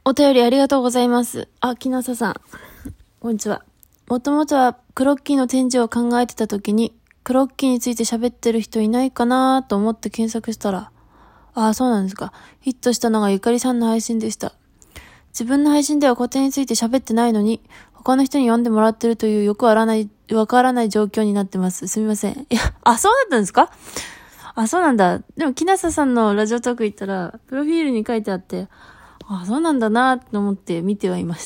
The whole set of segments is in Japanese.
お便りありがとうございます。木下さん。こんにちは。もともとはクロッキーの展示を考えてた時に、クロッキーについて喋ってる人いないかなと思って検索したら、そうなんですか。ヒットしたのがゆかりさんの配信でした。自分の配信では古典について喋ってないのに、他の人に読んでもらってるというよくわからない状況になってます。すみません。そうだったんですか？そうなんだ。でも、木下さんのラジオトーク行ったら、プロフィールに書いてあって、そうなんだなと思って見てはいました。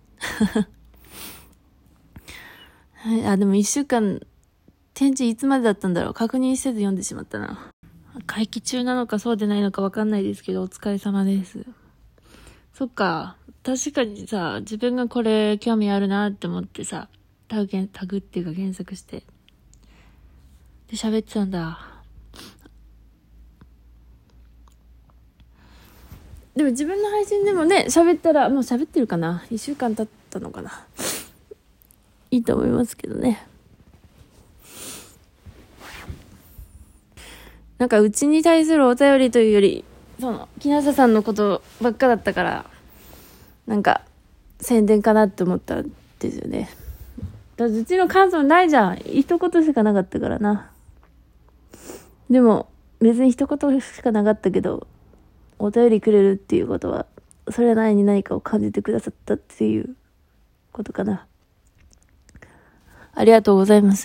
はい、でも一週間、展示いつまでだったんだろう。確認せず読んでしまったな。会期中なのかそうでないのかわかんないですけど、お疲れ様です。そっか。確かにさ、自分がこれ興味あるなって思ってさ、タグっていうか検索して、で喋ってたんだ。でも自分の配信でもね、喋ったら、もう喋ってるかな？ 1 週間経ったのかな？いいと思いますけどね。なんかうちに対するお便りというより、木下さんのことばっかだったから、なんか、宣伝かなって思ったんですよね。だってうちの感想ないじゃん。一言しかなかったからな。でも、別に一言しかなかったけど、お便りくれるっていうことは、それなりに何かを感じてくださったっていうことかな。ありがとうございます。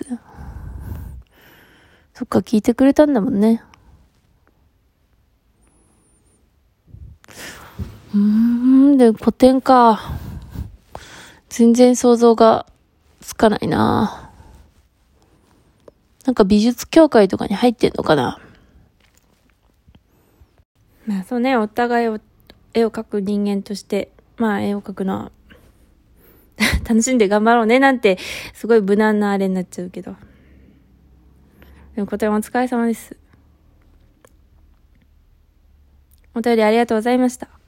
そっか、聞いてくれたんだもんね。で、古典か。全然想像がつかないな。なんか美術協会とかに入ってんのかな。そうね、お互い絵を描く人間として、絵を描くのは楽しんで頑張ろうねなんて、すごい無難なあれになっちゃうけど。でも古典お疲れ様です。お便りありがとうございました。